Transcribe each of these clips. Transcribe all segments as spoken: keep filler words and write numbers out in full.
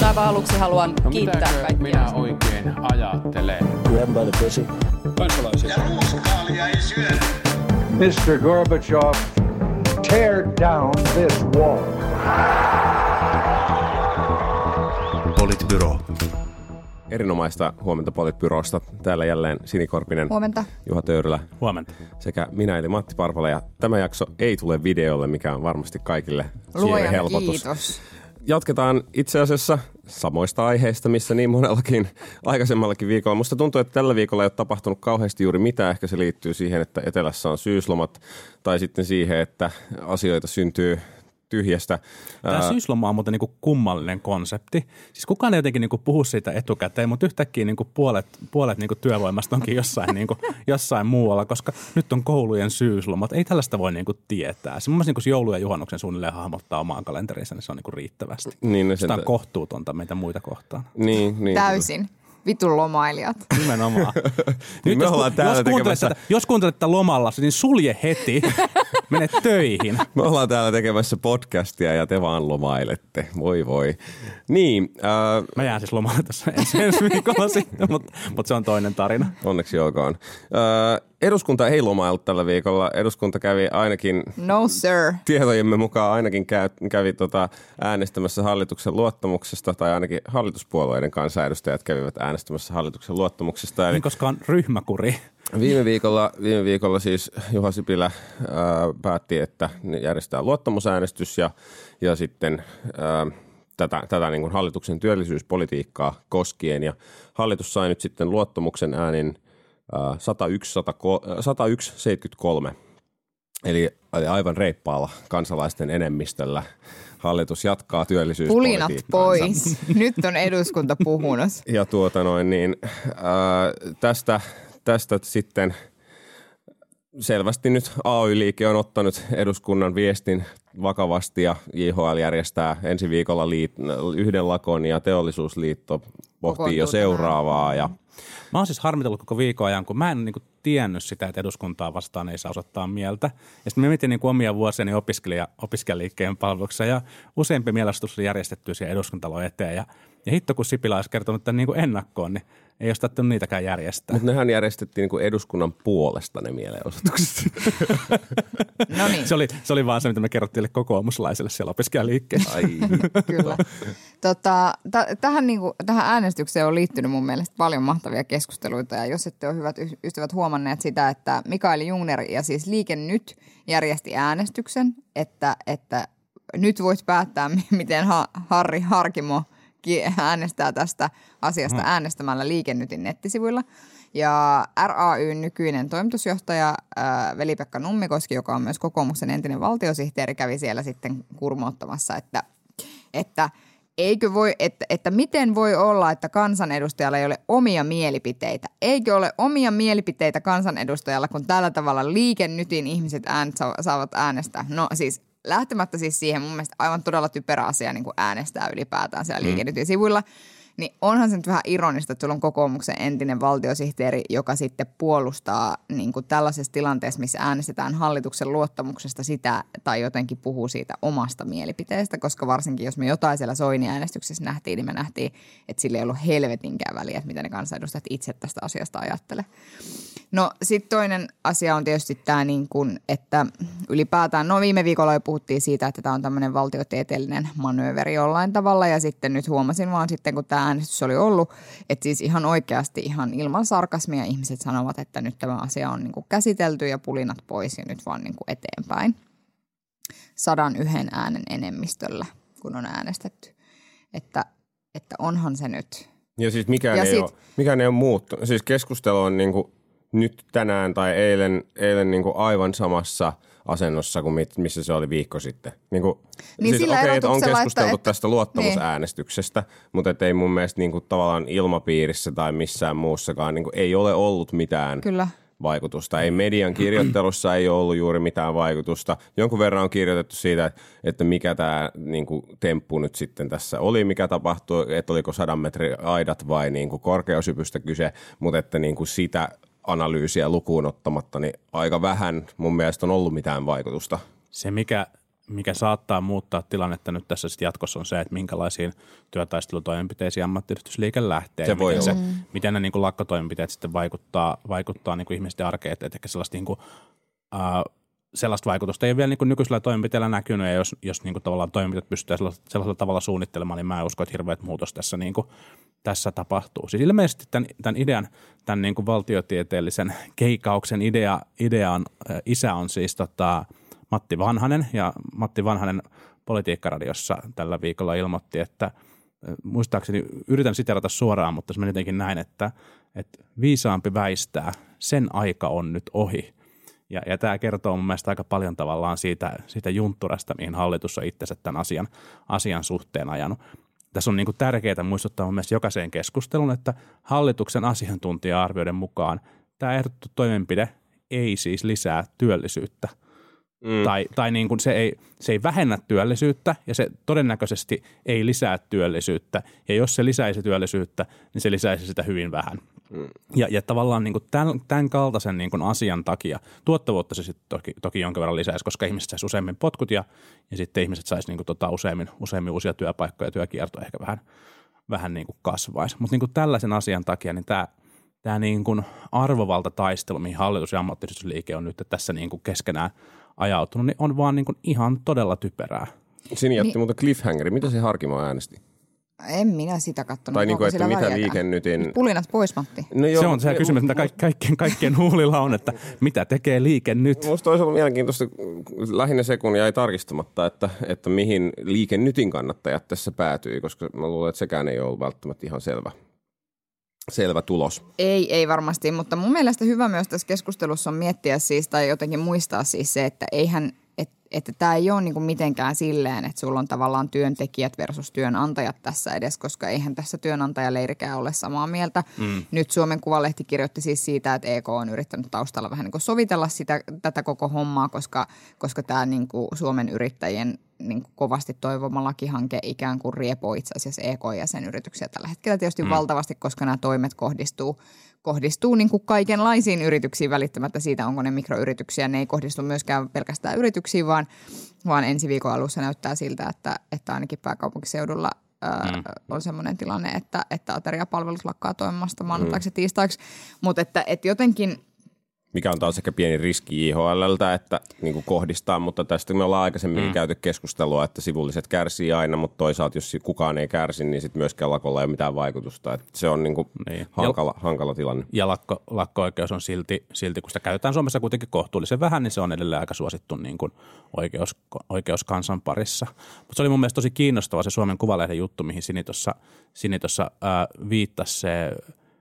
aivan aluksi haluan no, kiittää kaikkia. minä oikein ajattelen? Grab by the pussy. Kansalaisia. Ja ruuskaalia ei syödä. mister Gorbachev, tear down this wall. Politbyro. Erinomaista huomenta Politbyrosta. Täällä jälleen Sini Korpinen, Huomenta. Juha Töyrylä Huomenta. sekä minä eli Matti Parpala. Ja tämä jakso ei tule videolle, mikä on varmasti kaikille suuri Luojan helpotus. kiitos. Jatketaan itse asiassa samoista aiheista, missä niin monellakin aikaisemmallakin viikolla. Musta tuntuu, että tällä viikolla ei ole tapahtunut kauheasti juuri mitään. Ehkä se liittyy siihen, että etelässä on syyslomat tai sitten siihen, että asioita syntyy tyhjästä. Tämä syysloma on muuten niinku kummallinen konsepti. Siis kukaan ei jotenkin niinku puhu siitä etukäteen, mutta yhtäkkiä niinku puolet, puolet niinku työvoimasta onkin jossain, niinku, jossain muualla, koska nyt on koulujen syyslomat. Ei tällaista voi niinku tietää. Se mun mielestä niinku joulu- ja juhannuksen suunnilleen hahmottaa omaan kalenterinsa, niin se on niinku riittävästi. Niin, sitä on kohtuutonta meitä muita kohtaan. Niin, niin. Täysin. Vitun lomailijat. Nimenomaan. Nyt me jos, ollaan täällä jos, tekemässä... tätä, jos kuuntelet tätä lomalla, niin sulje heti. Mene töihin. Me ollaan täällä tekemässä podcastia ja te vaan lomailette. Voi voi. Niin. Äh... Mä jään siis lomalle tässä ensi viikolla sitten, mutta, mutta se on toinen tarina. Onneksi olkoon. Äh, eduskunta ei lomaillut tällä viikolla. Eduskunta kävi ainakin... No sir. Tietojemme mukaan ainakin kävi, kävi tota äänestämässä hallituksen luottamuksesta, tai ainakin hallituspuolueiden kansanedustajat kävivät äänestämässä hallituksen luottamuksesta. Eli... Niin, koska on ryhmäkuri. Viime viikolla, viime viikolla siis Juha Sipilä ää, päätti, että järjestetään luottamusäänestys ja, ja sitten ää, tätä, tätä niin kuin hallituksen työllisyyspolitiikkaa koskien. Ja hallitus sai nyt sitten luottamuksen äänin ää, sata yksi seitsemänkymmentäkolme, eli aivan reippaalla kansalaisten enemmistöllä hallitus jatkaa työllisyyspolitiikkaansa. Pulinat pois. Nyt on eduskunta puhunut. Ja tuota noin niin, ää, tästä... Tästä sitten selvästi nyt A Y-liike on ottanut eduskunnan viestin vakavasti ja J H L järjestää ensi viikolla liit- yhden lakon ja Teollisuusliitto pohtii jo seuraavaa. Ja... Mä oon siis harmitellut koko viikon ajan, kun mä en niin kuin tiennyt sitä, että eduskuntaa vastaan ei saa osoittaa mieltä. Ja sitten mä mietin niin kuin omia vuosiani opiskelija, opiskelijaliikkeen palveluksessa ja useampi mielestus on järjestetty siihen eduskuntalon eteen. Ja, ja hitto, kun Sipilä olisi kertonut tämän niin kuin ennakkoon, niin ei olisi tarvittu niitäkään järjestää. Mutta nehän järjestettiin niin kuin eduskunnan puolesta ne mielenosoitukset. No niin. Se oli, se oli vaan se, mitä me kerrottiin kokoomuslaisille siellä opiskelijaliikkeessä. Ai. Kyllä. Tota, t- tähän, niinku, tähän äänestykseen on liittynyt mun mielestä paljon mahtavia keskusteluita. Ja jos ette ole hyvät ystävät huomanneet sitä, että Mikael Jungner ja siis Liike Nyt järjesti äänestyksen, että, että nyt voisi päättää, miten ha- Harri Harkimo äänestää tästä asiasta äänestämällä Liike Nytin nettisivuilla. Ja R A Y:n nykyinen toimitusjohtaja ää, Veli-Pekka Nummikoski, joka on myös kokoomuksen entinen valtiosihteeri, kävi siellä sitten kurmoottamassa, että, että, eikö voi, että, että miten voi olla, että kansanedustajalla ei ole omia mielipiteitä. Eikö ole omia mielipiteitä kansanedustajalla, kun tällä tavalla Liike Nytin ihmiset äänet saavat äänestää. No siis lähtemättä siis siihen mun mielestä aivan todella typerä asia niin kuin äänestää ylipäätään siellä Liike Nytin sivuilla. Niin onhan se nyt vähän ironista, että sulla on kokoomuksen entinen valtiosihteeri, joka sitten puolustaa niin kuin tällaisessa tilanteessa, missä äänestetään hallituksen luottamuksesta sitä tai jotenkin puhuu siitä omasta mielipiteestä, koska varsinkin jos me jotain siellä Soini-äänestyksessä nähtiin, niin me nähtiin, että sillä ei ollut helvetinkään väliä, että mitä ne kansanedustajat itse tästä asiasta ajattelee. No sitten toinen asia on tietysti tämä, niin kuin, että ylipäätään, no viime viikolla jo puhuttiin siitä, että tämä on tämmöinen valtiotieteellinen manööveri jollain tavalla ja sitten nyt huomasin vaan sitten, kun tämä äänestys oli ollut, että siis ihan oikeasti ihan ilman sarkasmia ihmiset sanovat, että nyt tämä asia on niin kuin käsitelty ja pulinat pois ja nyt vaan niin kuin eteenpäin sadan yhden äänen enemmistöllä, kun on äänestetty, että, että onhan se nyt. Ja siis mikään, ja ei, sit, ole, mikään ei ole muuttunut. Siis keskustelu on niin kuin nyt tänään tai eilen, eilen niin kuin aivan samassa asennossa kuin missä se oli viikko sitten. Niin kuin, niin siis okei, okay, on keskusteltu että, tästä luottamusäänestyksestä, niin. Mutta ei mun mielestä niin kuin tavallaan ilmapiirissä tai missään muussakaan niin kuin ei ole ollut mitään Kyllä. vaikutusta. Ei median kirjoittelussa ei ole ollut juuri mitään vaikutusta. Jonkun verran on kirjoitettu siitä, että mikä tämä niin kuin temppu nyt sitten tässä oli, mikä tapahtui, että oliko sadan metrin aidat vai niin kuin korkeushypystä kyse, mutta että niin kuin sitä analyysiä lukuun ottamatta, niin aika vähän mun mielestä on ollut mitään vaikutusta. Se, mikä mikä saattaa muuttaa tilannetta nyt tässä sit jatkossa on se, että minkälaisiin työtaistelutoimenpiteisiin ammattiyhdistysliike lähtee. Se voi miten, se, Mm. miten ne niin kuin lakkotoimenpiteet sitten vaikuttaa, vaikuttaa niin kuin ihmisten arkeen, että ehkä sellaista, niin kuin, uh, sellaista vaikutusta ei ole vielä niin kuin nykyisellä toimenpiteellä näkynyt, ja jos, jos niin kuin tavallaan toimenpiteet pystytään sellaisella, sellaisella tavalla suunnittelemaan, niin mä en usko, että hirveät muutos tässä, niin kuin, tässä tapahtuu. Siis ilmeisesti tämän, tämän idean, tämän niin kuin valtiotieteellisen keikauksen idea, idean äh, isä on siis tota, Matti Vanhanen, ja Matti Vanhanen Politiikkaradiossa tällä viikolla ilmoitti, että muistaakseni, yritän siterata suoraan, mutta se meni jotenkin näin, että, että viisaampi väistää, sen aika on nyt ohi. Ja, ja tämä kertoo mun mielestä aika paljon tavallaan siitä, siitä juntturasta, mihin hallitus on itsensä tämän asian, asian suhteen ajanut. Tässä on niin kuin tärkeää muistuttaa mun mielestä jokaiseen keskusteluun, että hallituksen asiantuntija-arvioiden mukaan tämä ehdotettu toimenpide ei siis lisää työllisyyttä. Mm. Tai, tai niin kuin se, ei, se ei vähennä työllisyyttä ja se todennäköisesti ei lisää työllisyyttä. Ja jos se lisäisi työllisyyttä, niin se lisäisi sitä hyvin vähän. Mm. Ja, ja tavallaan niin kuin tämän, tämän kaltaisen niin kuin asian takia tuottavuutta se sitten toki, toki jonkin verran lisäisi, koska ihmiset saisi useammin potkut ja, ja sitten ihmiset saisi niin kuin tota useammin, useammin uusia työpaikkoja ja työkierto ehkä vähän, vähän niin kuin kasvaisi. Mutta niin kuin tällaisen asian takia niin tämä Tämä niin kuin arvovaltataistelu, mihin hallitus ja ammattiyhdistysliike on nyt tässä niin kuin keskenään ajautunut, niin on vaan niin kuin ihan todella typerää. Siinä jätti niin, muuten cliffhangeri. Mitä se Harkimo äänesti? En minä sitä katsonut. Tai niin kuin, että mitä Liike Nytin... Pulinat pois, Matti. No joo, se on se kysymys, mitä kaik- kaikkien, kaikkien huulilla on, että mitä tekee Liike Nyt? Minusta olisi ollut mielenkiintoista, lähinnä se kun jäi tarkistamatta, että, että mihin Liike Nytin kannattajat tässä päätyi, koska mä luulen, että sekään ei ole välttämättä ihan selvä. Selvä tulos. Ei, ei varmasti, mutta mun mielestä hyvä myös tässä keskustelussa on miettiä siis tai jotenkin muistaa siis se, että eihän, et, että tämä ei ole niinku mitenkään silleen, että sulla on tavallaan työntekijät versus työnantajat tässä edes, koska eihän tässä työnantajaleirikään ole samaa mieltä. Mm. Nyt Suomen Kuvalehti kirjoitti siis siitä, että E K on yrittänyt taustalla vähän niin kuin sovitella sitä, tätä koko hommaa, koska, koska tämä niin kuin Suomen yrittäjien niin kuin kovasti toivoma lakihanke ikään kuin riepoo itse asiassa E K-jäsenyrityksiä tällä hetkellä tietysti mm. valtavasti, koska nämä toimet kohdistuu, kohdistuu niin kuin kaikenlaisiin yrityksiin välittämättä siitä, onko ne mikroyrityksiä. Ne ei kohdistu myöskään pelkästään yrityksiin, vaan, vaan ensi viikon alussa näyttää siltä, että, että ainakin pääkaupunkiseudulla ää, mm. on sellainen tilanne, että, että ateriapalvelut lakkaa toimimasta maanantaiksi ja tiistaiksi. Mutta että, että jotenkin... Mikä on taas ehkä pieni riski I H L:ltä, että niin kuin kohdistaa, mutta tästä me ollaan aikaisemmin mm. käyty keskustelua, että sivulliset kärsii aina, mutta toisaalta jos kukaan ei kärsi, niin sitten myöskään lakolla ei ole mitään vaikutusta. Että se on niin kuin niin. Hankala, ja, hankala tilanne. Ja lakko, lakko-oikeus on silti, silti, kun sitä käytetään Suomessa kuitenkin kohtuullisen vähän, niin se on edelleen aika suosittu niin kuin oikeus, oikeus kansan parissa. Mutta se oli mun mielestä tosi kiinnostava se Suomen Kuvalehden juttu, mihin Sini tuossa Sini tuossa, ää, viittasi se.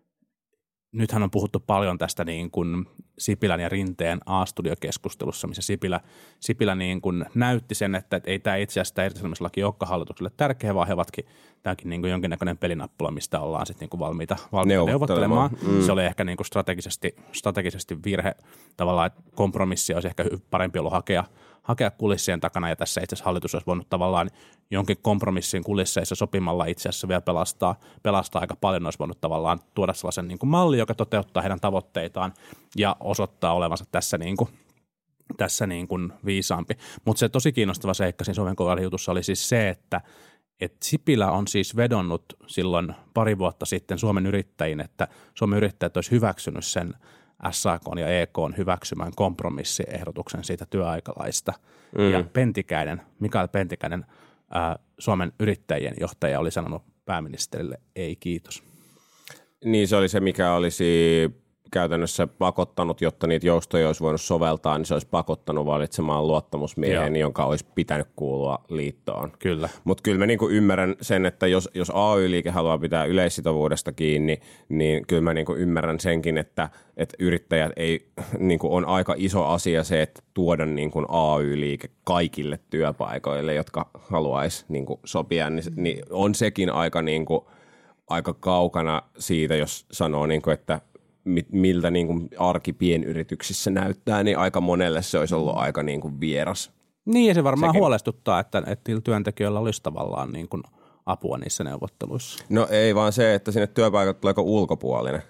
Nythän on puhuttu paljon tästä niin kuin Sipilän ja Rinteen A-studiokeskustelussa, missä Sipilä, Sipilä niin kuin näytti sen, että ei tämä itse asiassa tämä irtisanomislaki olekaan hallitukselle tärkeä, vaan he ovatkin tämäkin niin kuin jonkinnäköinen pelinappula, mistä ollaan sitten niin kuin valmiita, valmiita neuvottelemaan. Mm. Se oli ehkä niin kuin strategisesti, strategisesti virhe tavallaan, että kompromissi olisi ehkä parempi ollut hakea, hakea kulissien takana, ja tässä itse asiassa hallitus olisi voinut tavallaan jonkin kompromissin kulisseissa sopimalla itse asiassa vielä pelastaa, pelastaa aika paljon, olisi voinut tavallaan tuoda sellaisen niin kuin malli, joka toteuttaa heidän tavoitteitaan ja osoittaa olevansa tässä niin kuin, tässä niin kuin viisaampi. Mutta se tosi kiinnostava seikka siinä Suomen Kuvalehden jutussa oli siis se, että et Sipilä on siis vedonnut silloin pari vuotta sitten Suomen yrittäjiin, että Suomen yrittäjät olisi hyväksynyt sen S A K:n ja E K:n hyväksymään kompromissiehdotuksen siitä työaikalaista. Mm. Ja Pentikäinen, Mikael Pentikäinen, ää, Suomen yrittäjien johtaja, oli sanonut pääministerille ei kiitos. Niin se oli se, mikä olisi käytännössä pakottanut, jotta niitä joustoja olisi voinut soveltaa, niin se olisi pakottanut valitsemaan luottamusmiehen, Joo. jonka olisi pitänyt kuulua liittoon. Kyllä. Mutta kyllä mä niinku ymmärrän sen, että jos, jos A Y-liike haluaa pitää yleissitovuudesta kiinni, niin kyllä mä niinku ymmärrän senkin, että, että yrittäjät ei, niinku on aika iso asia se, että tuoda niinku A Y-liike kaikille työpaikoille, jotka haluaisi niinku sopia, niin, niin on sekin aika, niinku, aika kaukana siitä, jos sanoo, niinku, että miltä niin kuin arki pienyrityksissä näyttää, niin aika monelle se olisi ollut aika niin kuin vieras. Niin, ja se varmaan Sekin. huolestuttaa, että, että työntekijöillä olisi tavallaan niin kuin apua niissä neuvotteluissa. No ei vaan se, että sinne työpaikat tuleeko ulkopuolinen.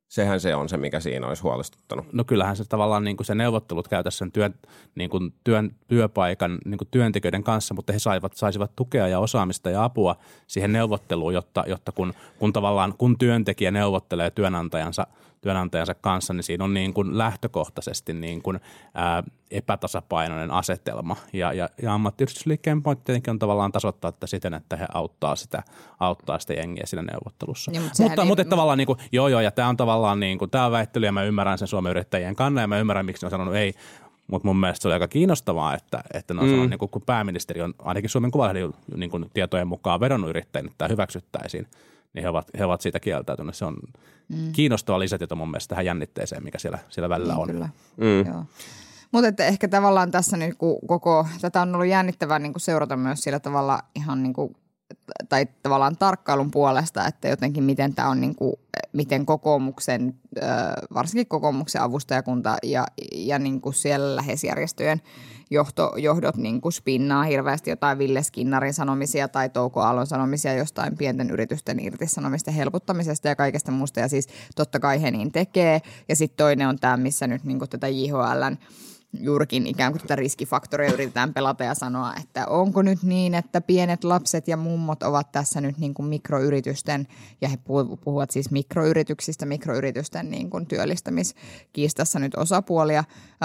Sehän se on se, mikä siinä olisi huolestuttanut. No kyllähän se tavallaan niin kuin se neuvottelut käytässä sen työn, niin kuin työn, työpaikan niin kuin työntekijöiden kanssa, mutta he saivat, saisivat tukea ja osaamista ja apua siihen neuvotteluun, jotta, jotta kun, kun tavallaan kun työntekijä neuvottelee työnantajansa, työnantajansa kanssa, niin siinä on niin kuin lähtökohtaisesti niin kuin, ää, epätasapainoinen asetelma. Ja, ja, ja ammattiyhdistysliikkeen pointti tietenkin on tavallaan tasoittaa että siten, että he auttaa sitä, auttaa sitä jengiä siinä neuvottelussa. Ja, mutta mutta, mutta ei... tavallaan niin kuin, joo joo, ja tämä on tavallaan niin kuin, tämä on väittely, ja mä ymmärrän sen Suomen yrittäjien kannan, ja mä ymmärrän, miksi ne on sanonut ei, mutta mun mielestä se oli aika kiinnostavaa, että, että ne on mm. sanonut, niin kuin, kun pääministeri on ainakin Suomen Kuvalehden niin kuin tietojen mukaan vedonnut yrittäjien, että tämä hyväksyttäisiin, niin he ovat, he ovat siitä kieltäytyneet. Se on mm. kiinnostava lisätieto mun mielestä tähän jännitteeseen, mikä siellä, siellä välillä niin, on. Kyllä, mm. joo. Mutta ehkä tavallaan tässä niin koko, tätä on ollut jännittävää niin seurata myös sillä tavalla ihan niin kuin, tai tavallaan tarkkailun puolesta, että jotenkin miten tämä on niin kuin, miten kokoomuksen, varsinkin kokoomuksen avustajakunta ja, ja niin kuin siellä läheisjärjestöjen johto, johdot niin kuin spinnaa hirveästi jotain Ville Skinnarin sanomisia tai Touko Aallon sanomisia jostain pienten yritysten irtisanomisten helpottamisesta ja kaikesta muusta. Ja siis totta kai he niin tekee. Ja sitten toinen on tämä, missä nyt niin kuin tätä J H L:n juurikin ikään kuin tätä riskifaktoria yritetään pelata ja sanoa, että onko nyt niin, että pienet lapset ja mummot ovat tässä nyt niin kuin mikroyritysten, ja he puhuvat siis mikroyrityksistä, mikroyritysten niin kuin työllistämiskiistassa nyt osapuolia.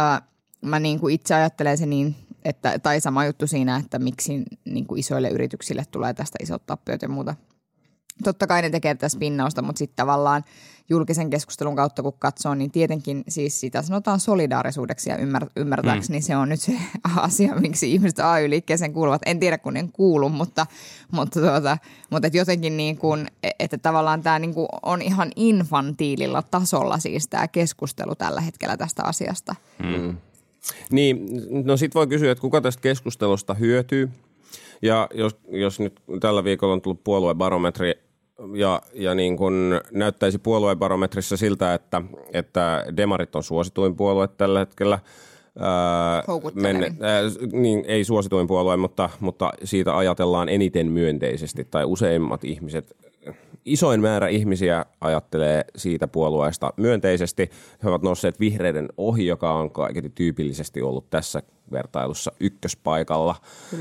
Mä niin kuin itse ajattelen se niin, että, tai sama juttu siinä, että miksi niin kuin isoille yrityksille tulee tästä isot tappiot ja muuta. Totta kai ne tekee tätä spinnausta, mutta sitten tavallaan julkisen keskustelun kautta kun katsoo, niin tietenkin siis sitä sanotaan solidaarisuudeksi ja ymmär, ymmärtääkseni mm. se on nyt se asia, miksi ihmiset A Y-liikkeeseen kuuluvat. En tiedä, kun en kuulu, mutta, mutta, tuota, mutta et jotenkin niin kuin, että tavallaan tämä niin kuin on ihan infantiililla tasolla siis tämä keskustelu tällä hetkellä tästä asiasta. Mm. Niin, no sit voi kysyä, että kuka tästä keskustelusta hyötyy. Ja jos, jos nyt tällä viikolla on tullut puoluebarometri ja, ja niin kun näyttäisi puoluebarometrissa siltä, että, että demarit on suosituin puolue tällä hetkellä. Ää, menne, ää, niin, ei suosituin puolue, mutta, mutta siitä ajatellaan eniten myönteisesti tai useimmat ihmiset. Isoin määrä ihmisiä ajattelee siitä puolueesta myönteisesti. He ovat nousseet vihreiden ohi, joka on kaiketi tyypillisesti ollut tässä vertailussa ykköspaikalla.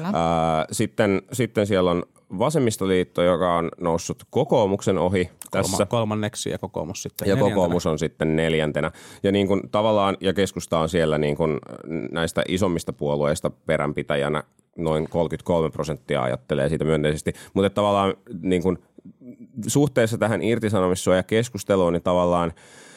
Ää, sitten, sitten siellä on vasemmistoliitto, joka on noussut kokoomuksen ohi tässä. Kolmanneksi ja kokoomus sitten Ja neljäntenä. kokoomus on sitten neljäntenä. Ja niin kuin tavallaan, ja keskusta on siellä niin kuin näistä isommista puolueista peränpitäjänä noin kolmekymmentäkolme prosenttia ajattelee siitä myönteisesti. Mutta tavallaan niin kuin suhteessa tähän irtisanomissuojakeskusteluun, niin tavallaan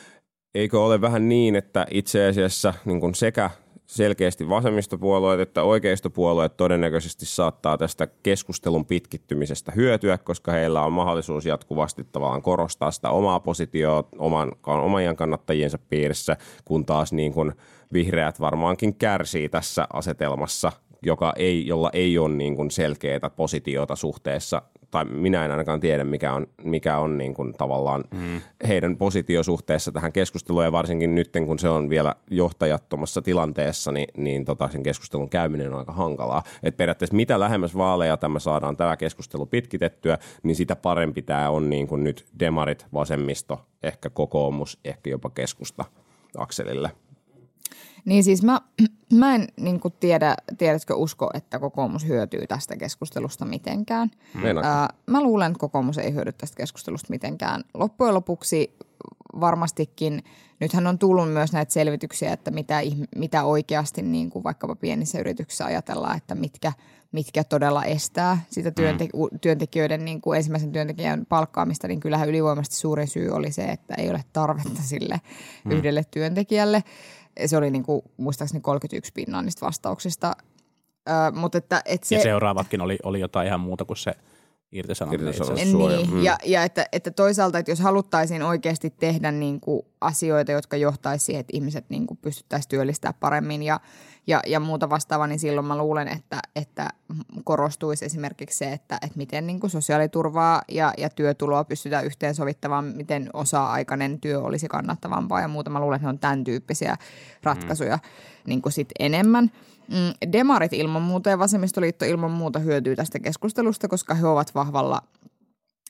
eikö ole vähän niin, että itse asiassa niin kuin sekä selkeästi vasemmistopuolueet että oikeistopuolueet todennäköisesti saattaa tästä keskustelun pitkittymisestä hyötyä, koska heillä on mahdollisuus jatkuvasti tavallaan korostaa sitä omaa positioa oman, omien kannattajiensa piirissä, kun taas niin kuin vihreät varmaankin kärsii tässä asetelmassa, joka ei, jolla ei ole niin kuin selkeää positiota suhteessa, tai minä en ainakaan tiedä, mikä on, mikä on niin kuin tavallaan mm. heidän positiosuhteessa tähän keskusteluun, ja varsinkin nyt, kun se on vielä johtajattomassa tilanteessa, niin, niin tota, sen keskustelun käyminen on aika hankalaa. Et periaatteessa mitä lähemmäs vaaleja tämä saadaan tämä keskustelu pitkitettyä, niin sitä parempi tämä on niin kuin nyt demarit, vasemmisto, ehkä kokoomus, ehkä jopa keskusta akselille. Niin siis mä, mä en niin kuin tiedä, tiedätkö usko, että kokoomus hyötyy tästä keskustelusta mitenkään. Ää, mä luulen, että kokoomus ei hyödy tästä keskustelusta mitenkään. Loppujen lopuksi varmastikin, nythän on tullut myös näitä selvityksiä, että mitä, mitä oikeasti niin kuin vaikkapa pienissä yrityksissä ajatellaan, että mitkä, mitkä todella estää sitä työntek- työntekijöiden, niin kuin ensimmäisen työntekijän palkkaamista, niin kyllähän ylivoimaisesti suurin syy oli se, että ei ole tarvetta sille mm. yhdelle työntekijälle. Se oli niin kuin, muistaakseni kolmekymmentäyksi pinnaa niistä vastauksista. Ö, mutta että, että se, ja seuraavatkin oli, oli jotain ihan muuta kuin se irtisanominen. Niin, mm. ja, ja että, että toisaalta, että jos haluttaisiin oikeasti tehdä niin kuin asioita, jotka johtaisi siihen, että ihmiset niin kuin pystyttäisiin työllistämään paremmin ja, ja, ja muuta vastaavaa, niin silloin mä luulen, että, että korostuisi esimerkiksi se, että, että miten niin kuin sosiaaliturvaa ja, ja työtuloa pystytään yhteensovittamaan, miten osa-aikainen työ olisi kannattavampaa ja muuta. Mä luulen, että ne on tämän tyyppisiä ratkaisuja mm. niin kuin sit enemmän. Demarit ilman muuta ja vasemmistoliitto ilman muuta hyötyy tästä keskustelusta, koska he ovat vahvalla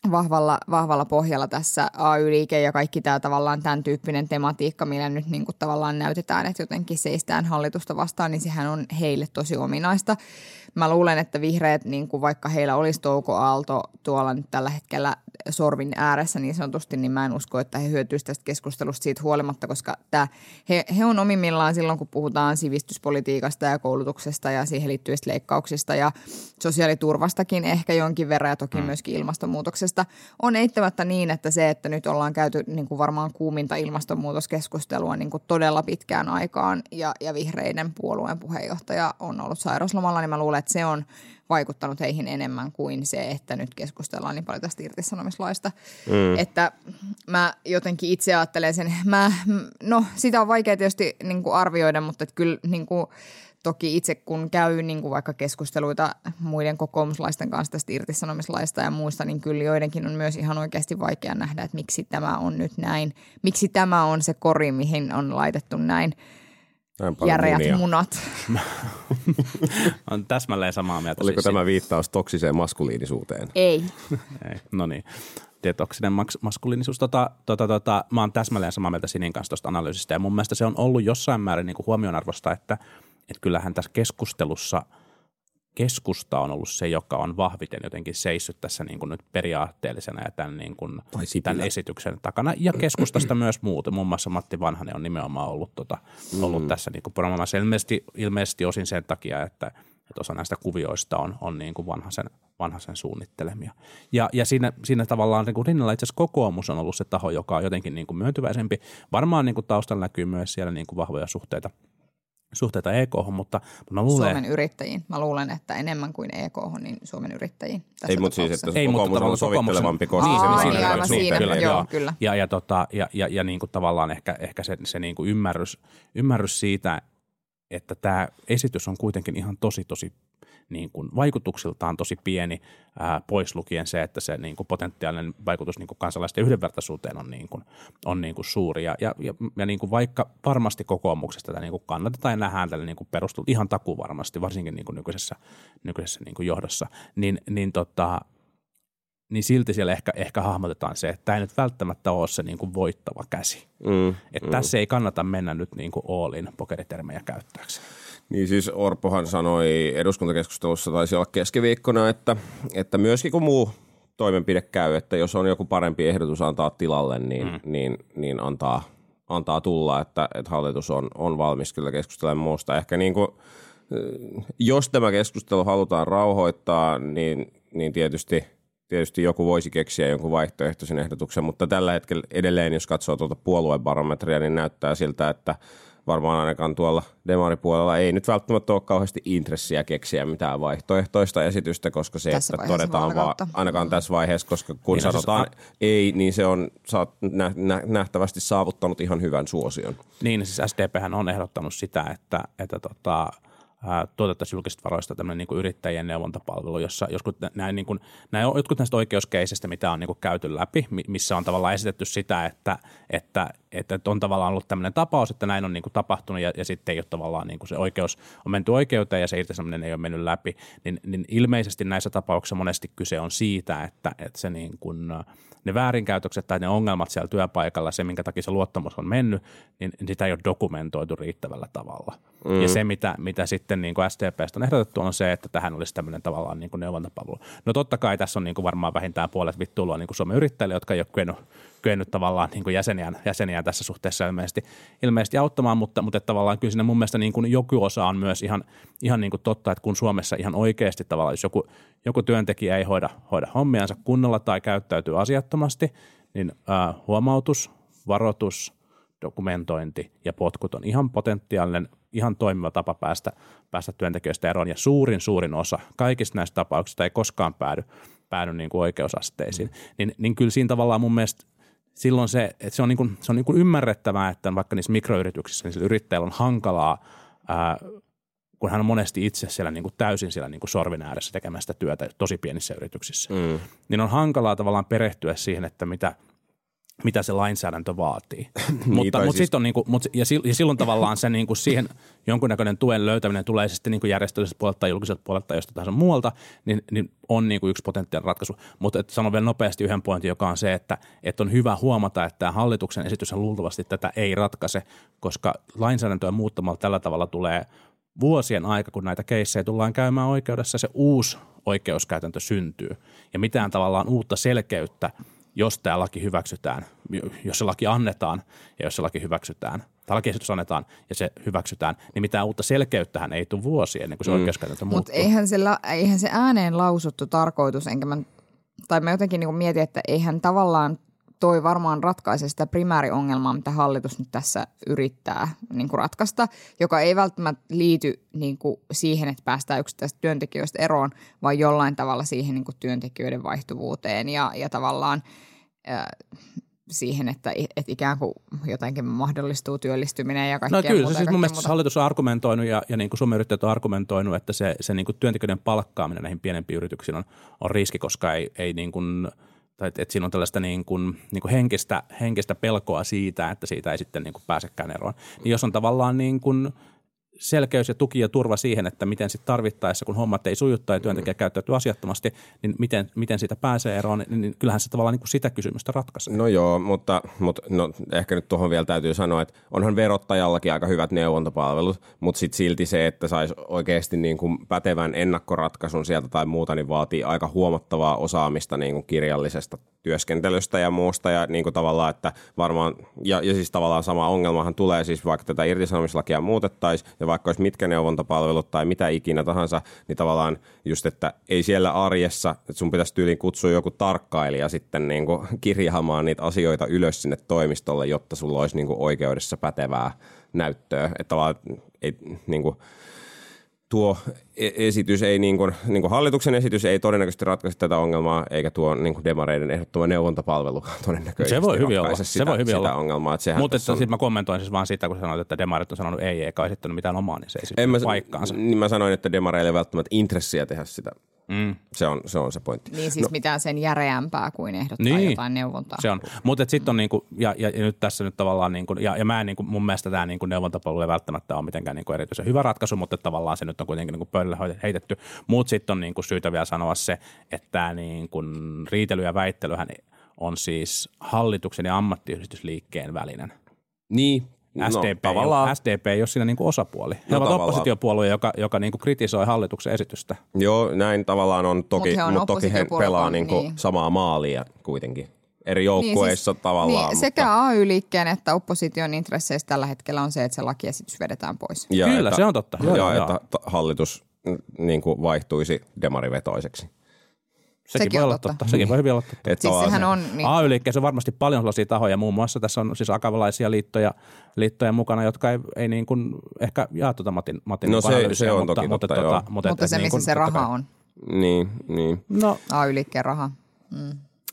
vahvalla, vahvalla pohjalla tässä A Y-liike ja kaikki tämä tavallaan tämän tyyppinen tematiikka, millä nyt niin kuin tavallaan näytetään, että jotenkin seistään hallitusta vastaan, niin sehän on heille tosi ominaista. Mä luulen, että vihreät, niin kuin vaikka heillä olisi Touko Aalto tuolla nyt tällä hetkellä sorvin ääressä niin sanotusti, niin mä en usko, että he hyötyisivät tästä keskustelusta siitä huolimatta, koska tämä, he, he on omimmillaan silloin, kun puhutaan sivistyspolitiikasta ja koulutuksesta ja siihen liittyvistä leikkauksista ja sosiaaliturvastakin ehkä jonkin verran ja toki mm. myöskin ilmastonmuutoksesta. On eittämättä niin, että se, että nyt ollaan käyty niin kuin varmaan kuuminta ilmastonmuutoskeskustelua niin kuin todella pitkään aikaan ja, ja vihreiden puolueen puheenjohtaja on ollut sairauslomalla, niin mä luulen, että se on vaikuttanut heihin enemmän kuin se, että nyt keskustellaan niin paljon tästä irtisanomislaista. Mm. Että mä jotenkin itse ajattelen sen, mä, no sitä on vaikea tietysti niin kuin arvioida, mutta että kyllä niin kuin, toki itse kun käy niin kuin vaikka keskusteluita muiden kokoomuslaisten kanssa tästä irtisanomislaista ja muista, niin kyllä joidenkin on myös ihan oikeasti vaikea nähdä, että miksi tämä on nyt näin. Miksi tämä on se kori, mihin on laitettu näin järeät munia. Munat. On täsmälleen samaa mieltä. Oliko siis tämä siitä viittaus toksiseen maskuliinisuuteen? Ei. Ei. No niin. Detoksinen maks- maskuliinisuus. Tota, tota, tota, mä oon täsmälleen samaa mieltä Sinin kanssa tuosta analyysistä ja mun mielestä se on ollut jossain määrin niin kuin huomionarvoista, että, että kyllähän tässä keskustelussa keskusta on ollut se, joka on vahviten jotenkin seissyt tässä niin kuin nyt periaatteellisena ja tämän, niin kuin, tämän esityksen takana. Ja keskustasta myös muuta. Muun muassa Matti Vanhanen on nimenomaan ollut, tota, ollut mm. tässä niin kuin promoomassa ilmeisesti, ilmeisesti osin sen takia, että, että osa näistä kuvioista on, on niin kuin vanhasen, vanhasen suunnittelemia. Ja, ja siinä, siinä tavallaan niin kuin rinnalla itse asiassa kokoomus on ollut se taho, joka on jotenkin niin kuin myöntyväisempi. Varmaan niin kuin taustalla näkyy myös siellä niin kuin vahvoja suhteita. suhteita E K:hon, mutta mä luulen... Suomen yrittäjiin. Mä luulen, että enemmän kuin E K:hon, niin Suomen yrittäjiin. Tässä ei, mutta siis, että ei, kokoomus on sovittelevampi, koska niin, se niin, siinä, aivan siinä, kyllä, joo, joo. kyllä. Ja, ja, tota, ja, ja, ja niin kuin tavallaan ehkä, ehkä se, se niin kuin ymmärrys, ymmärrys siitä, että tämä esitys on kuitenkin ihan tosi, tosi niin kuin vaikutuksiltaan tosi pieni, ää, pois lukien se, että se niin kuin potentiaalinen vaikutus niin kuin kansalaisten yhdenvertaisuuteen on, niin kuin, on niin kuin suuri. Ja, ja, ja niin kuin vaikka varmasti kokoomuksesta tätä niin kuin kannatetaan ja nähdään tälle niin kuin perustuu ihan takuvarmasti, varsinkin niin kuin nykyisessä, nykyisessä niin kuin johdossa, niin, niin, tota, niin silti siellä ehkä, ehkä hahmotetaan se, että tämä ei nyt välttämättä ole se niin kuin voittava käsi. Mm, että mm. tässä ei kannata mennä nyt niin kuin all in pokeritermejä käyttääksi. Niin siis Orpohan sanoi eduskuntakeskustelussa, taisi olla keskiviikkona, että, että myöskin kun muu toimenpide käy, että jos on joku parempi ehdotus antaa tilalle, niin, mm. niin, niin antaa, antaa tulla, että, että hallitus on, on valmis kyllä keskustelemaan muusta. Ehkä niin kuin, jos tämä keskustelu halutaan rauhoittaa, niin, niin tietysti, tietysti joku voisi keksiä jonkun vaihtoehtoisen ehdotuksen, mutta tällä hetkellä edelleen, jos katsoo tuota puoluebarometria, niin näyttää siltä, että varmaan ainakaan tuolla demaripuolella ei nyt välttämättä ole kauheasti intressiä keksiä mitään vaihtoehtoista esitystä, koska se, tässä että todetaan vaan ainakaan tässä vaiheessa, koska kun niin sanotaan siis, a- ei, niin se on nä- nä- nähtävästi saavuttanut ihan hyvän suosion. Niin, siis S D P:hän on ehdottanut sitä, että, että tota, tuotettaisiin julkisista varoista tämmöinen niin kuin yrittäjien neuvontapalvelu, jossa joskus näin, niin kuin, näin, jotkut näistä oikeuskeisistä, mitä on niin kuin käyty läpi, missä on tavallaan esitetty sitä, että, että, että on tavallaan ollut tämmöinen tapaus, että näin on niin kuin tapahtunut ja, ja sitten ei ole tavallaan niin kuin se oikeus on menty oikeuteen ja se irtisanominen ei ole mennyt läpi, niin, niin ilmeisesti näissä tapauksissa monesti kyse on siitä, että, että se niin kuin, ne väärinkäytökset tai ne ongelmat siellä työpaikalla, se minkä takia se luottamus on mennyt, niin sitä ei ole dokumentoitu riittävällä tavalla. Mm. Ja se, mitä, mitä sitten niin kuin S D P:stä on ehdotettu, on se, että tähän olisi tämmöinen tavallaan niin kuin neuvontapalvelu. No totta kai tässä on niin kuin varmaan vähintään puolet vittuilua niin kuin Suomen yrittäjille, jotka ei ole kyennyt, kyennyt tavallaan niin kuin jäseniään, jäseniään tässä suhteessa ilmeisesti, ilmeisesti auttamaan, mutta, mutta tavallaan kyllä siinä mun mielestä niin kuin joku osa on myös ihan, ihan niin kuin totta, että kun Suomessa ihan oikeasti tavallaan, jos joku, joku työntekijä ei hoida, hoida hommiansa kunnolla tai käyttäytyy asiattomasti, niin äh, huomautus, varoitus, dokumentointi ja potkut on ihan potentiaalinen, ihan toimiva tapa päästä, päästä työntekijöistä eroon. Ja suurin, suurin osa kaikista näistä tapauksista ei koskaan päädy, päädy niin kuin oikeusasteisiin. Mm. Niin, niin kyllä siinä tavallaan mun mielestä silloin se, että se on, niin kuin, se on niin kuin ymmärrettävää, että vaikka niissä mikroyrityksissä niin sillä yrittäjällä on hankalaa, ää, kun hän on monesti itse siellä niin kuin täysin siellä niin kuin sorvin ääressä tekemästä työtä tosi pienissä yrityksissä, mm. niin on hankalaa tavallaan perehtyä siihen, että mitä mitä se lainsäädäntö vaatii. Niin, mutta tai mutta siis- sit on niinku, mut, ja, sil, ja silloin tavallaan se niinku siihen jonkunnäköinen tuen löytäminen tulee sitten niinku järjestöllisestä puolelta tai julkiselta puolelta tai jostain tahansa muualta, niin, niin on niinku yksi potentiaalinen ratkaisu. Mutta sanon vielä nopeasti yhden pointin, joka on se, että et on hyvä huomata, että tämä hallituksen esitys luultavasti tätä ei ratkaise, koska lainsäädäntöä muuttamalla tällä tavalla tulee vuosien aika, kun näitä keissejä tullaan käymään oikeudessa, se uusi oikeuskäytäntö syntyy. Ja mitään tavallaan uutta selkeyttä, jos tämä laki hyväksytään, jos se laki annetaan ja jos se laki hyväksytään, tai lakiesitys annetaan ja se hyväksytään, niin mitään uutta selkeyttähän ei tule vuosia ennen kuin se mm. oikeuskäytäntö muuttuu. Mutta eihän, se la, eihän se ääneen lausuttu tarkoitus, enkä mä, tai mä jotenkin niin mietin, että eihän tavallaan toi varmaan ratkaise sitä primääriongelmaa, mitä hallitus nyt tässä yrittää niin kuin ratkaista, joka ei välttämättä liity niin kuin siihen, että päästään yksittäisistä työntekijöistä eroon, vaan jollain tavalla siihen niin kuin työntekijöiden vaihtuvuuteen ja, ja tavallaan äh, siihen, että, että ikään kuin jotenkin mahdollistuu työllistyminen ja kaikkea muuta. No kyllä, muuta, se siis mun mielestä muuta. hallitus on argumentoinut ja, ja niin kuin Suomen yrittäjät on argumentoinut, että se, se niin kuin työntekijöiden palkkaaminen näihin pienempiin yrityksiin on, on riski, koska ei, ei niin kuin tai että et siinä on tällaista niin kuin, niin kuin henkistä, henkistä pelkoa siitä, että siitä ei sitten niin kuin pääsekään eroon. Niin jos on tavallaan niin kuin selkeys ja tuki ja turva siihen, että miten sitten tarvittaessa, kun hommat ei sujuttaa ja työntekijä käyttäytyy asiattomasti, niin miten, miten siitä pääsee eroon, niin, niin kyllähän se tavallaan niin kuin sitä kysymystä ratkaisee. No joo, mutta, mutta no, ehkä nyt tuohon vielä täytyy sanoa, että onhan verottajallakin aika hyvät neuvontapalvelut, mutta sitten silti se, että saisi oikeasti niin kuin pätevän ennakkoratkaisun sieltä tai muuta, niin vaatii aika huomattavaa osaamista niin kuin kirjallisesta työskentelystä ja muusta ja niin kuin tavallaan, että varmaan, ja, ja siis tavallaan sama ongelmahan tulee siis vaikka tätä irtisanomislakia muutettaisiin ja vaikka olisi mitkä neuvontapalvelut tai mitä ikinä tahansa, niin tavallaan just, että ei siellä arjessa, että sun pitäisi tyyliin kutsua joku tarkkailija sitten niin kuin kirjaamaan niitä asioita ylös sinne toimistolle, jotta sulla olisi niin kuin oikeudessa pätevää näyttöä, että tavallaan ei niin kuin tuo esitys ei, niin kuin, niin kuin hallituksen esitys ei todennäköisesti ratkaise tätä ongelmaa, eikä tuo niin kuin demareiden ehdottoma neuvontapalvelukaan todennäköisesti se voi hyvin olla. sitä, Se voi hyvin sitä olla. ongelmaa. Mutta on... sitten mä kommentoin siis vaan sitä, kun sanoit, että demarit on sanonut ei, eikä esittänyt mitään omaa, niin se ei En sitten mä, paikkaansa. Niin mä sanoin, että demareille ei välttämättä intressiä tehdä sitä. Mm. Se, on, se on se pointti. Niin siis no. mitään sen järeämpää kuin ehdottaa niin, jotain neuvontaa. Se on. Mutta sitten on niinku, ja, ja, ja nyt tässä nyt tavallaan, niinku, ja, ja mä en niinku, mun mielestä tämä niinku neuvontapalvelu ei välttämättä ole mitenkään niinku erityisen hyvä ratkaisu, mutta tavallaan se nyt on kuitenkin niinku pöydälle heitetty. Mutta sitten on niinku syytä vielä sanoa se, että tämä niinku riitely ja väittelyhän on siis hallituksen ja ammattiyhdistysliikkeen välinen. Niin. S D P, no, S D P ei ole siinä niinku osapuoli. He no, ovat tavallaan. oppositiopuolue, joka, joka niinku kritisoi hallituksen esitystä. Joo, näin tavallaan on toki, Mut he on mutta toki he pelaa niinku niin. samaa maalia kuitenkin. Eri joukkueissa niin, siis, tavallaan. Niin, sekä mutta... A Y-liikkeen että opposition intresseissä tällä hetkellä on se, että se lakiesitys vedetään pois. Ja Kyllä, että, se on totta. Joo, ja joo, että joo. hallitus niin kuin vaihtuisi demarivetoiseksi. Sekin, Sekin voi olla totta. totta. Sekin voi hyvin olla totta. Et siis sehän on, niin... A Y-liikkeessä on varmasti paljon sellaisia tahoja, muun muassa tässä on siis akavalaisia liittoja, liittoja mukana, jotka ei, ei niin kuin ehkä jaa tuota Matin, Matin no se, se on mutta, toki mutta, totta, tota, joo. Mutta, mutta se, missä niin se raha on. Niin, niin. No. A Y-liikkeen raha. Mm.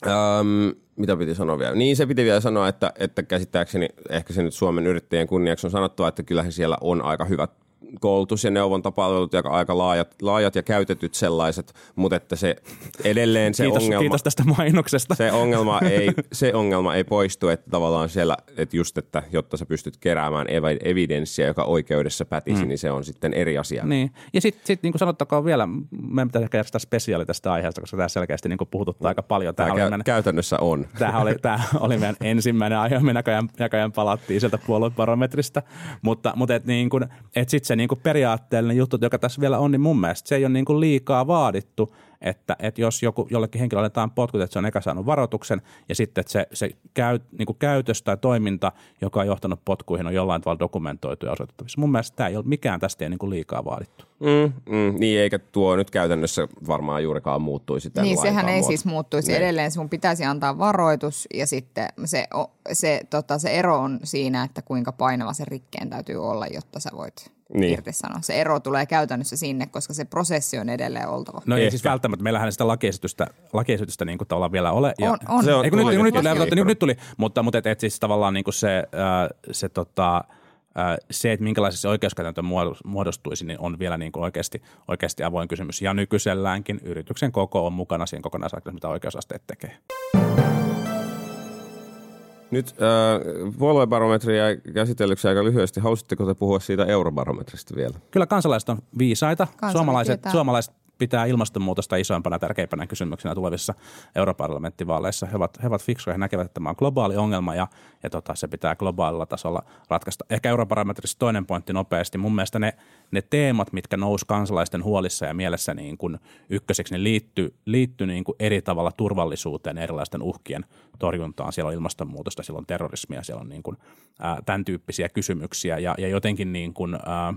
Öm, mitä piti sanoa vielä? Niin se piti vielä sanoa, että, että käsittääkseni ehkä se nyt Suomen yrittäjien kunniaksi on sanottava, että kyllähän siellä on aika hyvät koulutus- ja neuvontapalvelut ja aika laajat, laajat ja käytetyt sellaiset, mutta että se edelleen se kiitos, ongelma... Kiitos tästä mainoksesta. Se ongelma, ei, se ongelma ei poistu, että tavallaan siellä, että just, että jotta sä pystyt keräämään evidenssiä, joka oikeudessa pätisi, mm. niin se on sitten eri asia. Niin. Ja sitten sit, niin kuin sanottakoon vielä, meidän pitäisi ehkä järjestää spesiaali tästä aiheesta, koska tämä selkeästi niin kuin puhututtaa aika paljon. Tämä, tämä kä- meidän, käytännössä on. Tämä oli, tämä oli meidän ensimmäinen aihe, me näköjään, näköjään palattiin sieltä puoluebarometrista, mutta, mutta et niin kuin, et sitten se niin kuin periaatteellinen juttu, joka tässä vielä on, niin mun mielestä se ei ole niin kuin liikaa vaadittu, että, että jos joku, jollekin henkilölle annetaan potkut, että se on eka saanut varoituksen ja sitten että se, se käy, niin kuin käytös tai toiminta, joka on johtanut potkuihin, on jollain tavalla dokumentoitu ja osoitettavissa. Mun mielestä tämä ei ole mikään tästä ei niin kuin liikaa vaadittu. Mm, mm, niin, eikä tuo nyt käytännössä varmaan juurikaan muuttuisi. Niin, sehän ei muoto. siis muuttuisi. Ne. Edelleen sun pitäisi antaa varoitus ja sitten se, se, tota, se ero on siinä, että kuinka painava se rikkeen täytyy olla, jotta sä voit niin irtisanoa. Se ero tulee käytännössä sinne, koska se prosessi on edelleen oltava. No ei siis välttämättä. Meillähän sitä lakiesitystä, lakiesitystä niin kuin tavallaan vielä ole. On, on. Se on, Eiku, nyt, tuli, nyt, tuli, tuli, nyt, nyt tuli, mutta, mutta et, et siis tavallaan niin kuin se, äh, se, tota, äh, se, että minkälaisessa oikeuskäytäntö muodostuisi, niin on vielä niin kuin oikeasti, oikeasti avoin kysymys. Ja nykyiselläänkin yrityksen koko on mukana siinä kokonaisarkkinoissa, mitä oikeusasteet tekee. Nyt äh, puoluebarometria käsitellyksi aika lyhyesti. Halusitteko te puhua siitä eurobarometrista vielä? Kyllä kansalaiset on viisaita. Kansalaiset Suomalaiset, tietää. suomalaiset pitää ilmastonmuutosta isoimpana tärkeimpänä kysymyksenä tulevissa europarlamenttivaaleissa. He ovat, he ovat fiksuja, he näkevät, että tämä on globaali ongelma ja, ja tota, se pitää globaalilla tasolla ratkaista. Ehkä eurobarometrissa toinen pointti nopeasti. Mun mielestä ne, ne teemat, mitkä nousi kansalaisten huolissa ja mielessä niin kuin ykköseksi, ne liittyy, liittyy niin kuin eri tavalla turvallisuuteen, erilaisten uhkien torjuntaan. Siellä on ilmastonmuutosta, siellä on terrorismia, siellä on niin kuin, ää, tämän tyyppisiä kysymyksiä ja, ja jotenkin niin kuin, ää,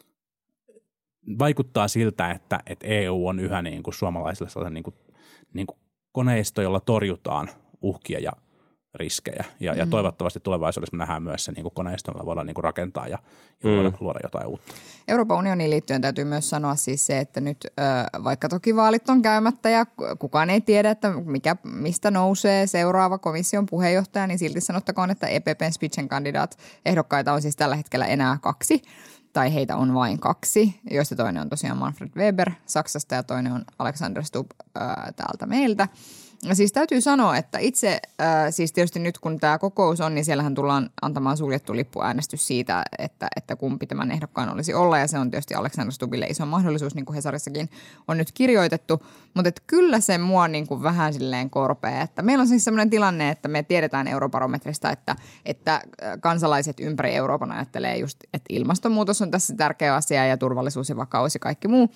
vaikuttaa siltä, että, että E U on yhä niin kuin suomalaisille sellainen niin kuin, niin kuin koneisto, jolla torjutaan uhkia ja riskejä. Ja, mm. ja toivottavasti tulevaisuudessa me nähdään myös se niin kuin koneisto, jolla voidaan niin kuin rakentaa ja, ja mm. luoda, luoda jotain uutta. Euroopan unioniin liittyen täytyy myös sanoa siis se, että nyt vaikka toki vaalit on käymättä ja kukaan ei tiedä, että mikä, mistä nousee seuraava komission puheenjohtaja, niin silti sanottakoon, että E P P:n Spitzenkandidaat ehdokkaita on siis tällä hetkellä enää kaksi. Tai heitä on vain kaksi, joista toinen on tosiaan Manfred Weber Saksasta ja toinen on Alexander Stubb ää, täältä meiltä. Ja siis täytyy sanoa, että itse, ää, siis tietysti nyt kun tämä kokous on, niin siellähän tullaan antamaan suljettu lippuäänestys siitä, että, että kumpi tämän ehdokkaan olisi olla. Ja se on tietysti Alexander Stubbille iso mahdollisuus, niin kuin Hesarissakin on nyt kirjoitettu. Mutta kyllä se mua niin kuin vähän silleen korpea, että meillä on siis sellainen tilanne, että me tiedetään eurobarometrista, että, että kansalaiset ympäri Euroopan ajattelee just, että ilmastonmuutos on tässä tärkeä asia ja turvallisuus ja vakaus ja kaikki muu.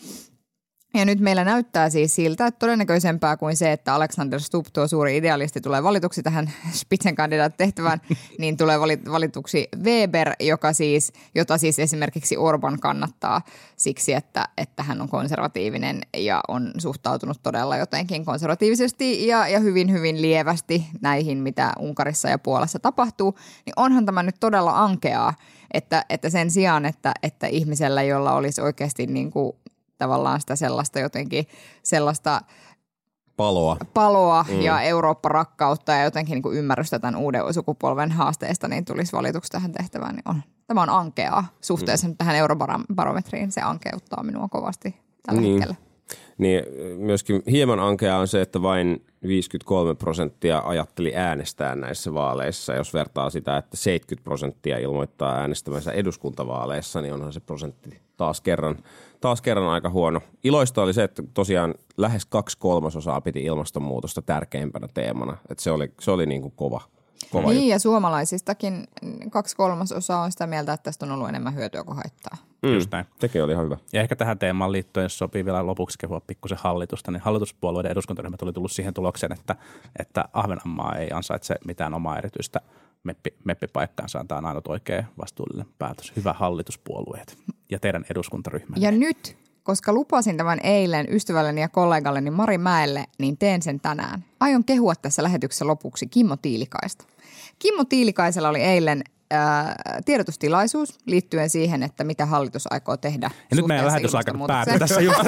Ja nyt meillä näyttää siis siltä, että todennäköisempää kuin se, että Alexander Stubb, tuo suuri idealisti, tulee valituksi tähän Spitzenkandidaat-tehtävään, niin tulee valituksi Weber, joka siis, jota siis esimerkiksi Orban kannattaa siksi, että, että hän on konservatiivinen ja on suhtautunut todella jotenkin konservatiivisesti ja, ja hyvin, hyvin lievästi näihin, mitä Unkarissa ja Puolassa tapahtuu. Niin onhan tämä nyt todella ankeaa, että, että sen sijaan, että, että ihmisellä, jolla olisi oikeasti niin kuin tavallaan sitä sellaista jotenkin sellaista paloa, paloa mm. ja Eurooppa-rakkautta ja jotenkin niin kuin ymmärrystä tämän uuden sukupolven haasteista, niin tulisi valituksi tähän tehtävään. Niin on. Tämä on ankeaa suhteessa mm. tähän eurobarometriin. Se ankeuttaa minua kovasti tällä niin. hetkellä. Niin myöskin hieman ankeaa on se, että vain viisikymmentäkolme prosenttia ajatteli äänestää näissä vaaleissa. Jos vertaa sitä, että seitsemänkymmentä prosenttia ilmoittaa äänestämänsä eduskuntavaaleissa, niin onhan se prosentti taas kerran, taas kerran aika huono. Iloista oli se, että tosiaan lähes kaksi kolmasosaa piti ilmastonmuutosta tärkeimpänä teemana. Että se oli, se oli niin kuin kova. Kova niin juttu. Ja suomalaisistakin kaksi kolmasosaa on sitä mieltä, että tästä on ollut enemmän hyötyä kuin haittaa. Mm, Just näin. Sekin oli ihan hyvä. Ja ehkä tähän teemaan liittyen, jos sopii vielä lopuksi kehua pikkusen hallitusta, niin hallituspuolueiden eduskuntaryhmät oli tullut siihen tulokseen, että, että Ahvenanmaa ei ansaitse mitään omaa erityistä meppi, meppipaikkaansa. Tämä on ainut oikea vastuullinen päätös. Hyvä hallituspuolueet ja teidän eduskuntaryhmänne. Ja nyt, koska lupasin tämän eilen ystävälleni ja kollegalleni Mari Mäelle, niin teen sen tänään. Aion kehua tässä lähetyksessä lopuksi Kimmo Tiilikaista. Kimmo Tiilikaisella oli eilen ää, tiedotustilaisuus liittyen siihen, että mitä hallitus aikoo tehdä. Ja nyt meidän lähetysaika päätyy tässä juuri.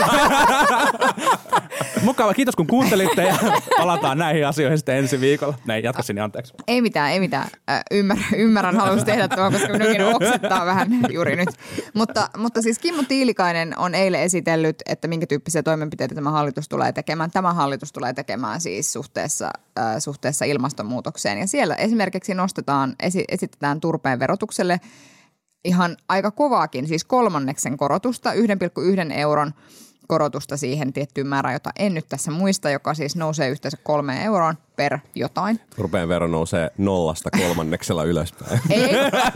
Mukava, kiitos kun kuuntelitte ja palataan näihin asioihin sitten ensi viikolla. Näin, jatka sinne, anteeksi. Ei mitään, ei mitään. Äh, ymmär, ymmärrän, haluaisin tehdä tuon, koska minunkin oksettaa vähän juuri nyt. Mutta, mutta siis Kimmo Tiilikainen on eilen esitellyt, että minkä tyyppisiä toimenpiteitä tämä hallitus tulee tekemään. Tämä hallitus tulee tekemään siis suhteessa, äh, suhteessa ilmastonmuutokseen. Ja siellä esimerkiksi nostetaan, esi, esitetään turpeen verotukselle ihan aika kovaakin, siis kolmanneksen korotusta, yksi pilkku yksi euron korotusta siihen tiettyyn määrään, jota en nyt tässä muista, joka siis nousee yhteensä kolmeen euroon per jotain. Turpeen vero nousee nollasta kolmanneksella ylöspäin. Ei,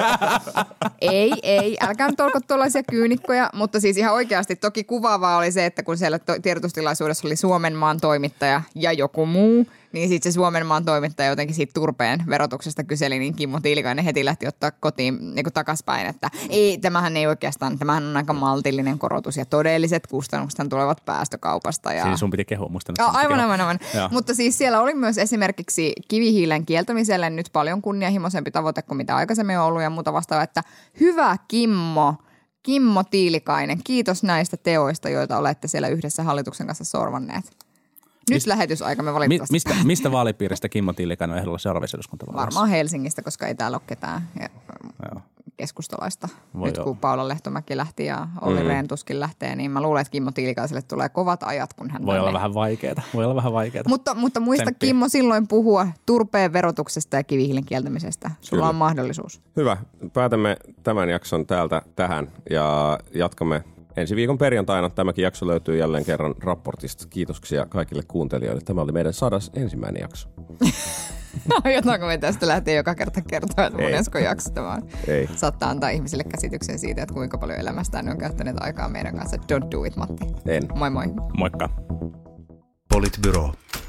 ei, ei, älkää nyt olko tuollaisia kyynikkoja, mutta siis ihan oikeasti toki kuvaavaa oli se, että kun siellä tiedotustilaisuudessa oli Suomen maan toimittaja ja joku muu, niin sitten se Suomen maan toimittaja jotenkin siitä turpeen verotuksesta kyseli, niin Kimmo Tiilikainen heti lähti ottaa kotiin niin kuin takaspäin, että ei, tämähän ei oikeastaan, tämähän on aika maltillinen korotus ja todelliset kustannukset tulevat päästökaupasta. Ja... Siis sun piti kehua, musta. Ja, aivan, aivan, aivan. Mutta siis siellä oli myös esimerkiksi kivihiilen kieltämiselle nyt paljon kunnianhimoisempi tavoite kuin mitä aikaisemmin on ollut ja muuta vastaavaa, että hyvä Kimmo, Kimmo Tiilikainen, kiitos näistä teoista, joita olette siellä yhdessä hallituksen kanssa sorvanneet. Nyt Mist, lähetysaikamme valitettavasti. Mistä, mistä vaalipiiristä Kimmo Tiilikainen on ehdolla seuraavissa eduskuntavaaleissa? Varmaan Helsingistä, koska ei täällä ole ketään. Ja keskustalaista. Voi Nyt kun olla. Paula Lehtomäki lähti ja Olli mm. Rehn tuskin lähtee, niin mä luulen, että Kimmo Tiilikaiselle tulee kovat ajat, kun hän Voi olla tänne. vähän vaikeeta. Voi olla vähän vaikeeta. Mutta, mutta muista Tsemppiä. Kimmo silloin puhua turpeen verotuksesta ja kivihiilen kieltämisestä. Sulla Kyllä. on mahdollisuus. Hyvä. Päätämme tämän jakson täältä tähän ja jatkamme ensi viikon perjantaina. Tämäkin jakso löytyy jälleen kerran raportista. Kiitoksia kaikille kuuntelijoille. Tämä oli meidän sadas ensimmäinen jakso. No, jotainko me tästä lähtee joka kerta kertoa, että Ei. monesko jakso tämä on. Ei. Saattaa antaa ihmisille käsityksen siitä, että kuinka paljon elämästään ne on käyttäneet aikaa meidän kanssa. Don't do it, Matti. En. Moi moi. Moikka. Politbyro.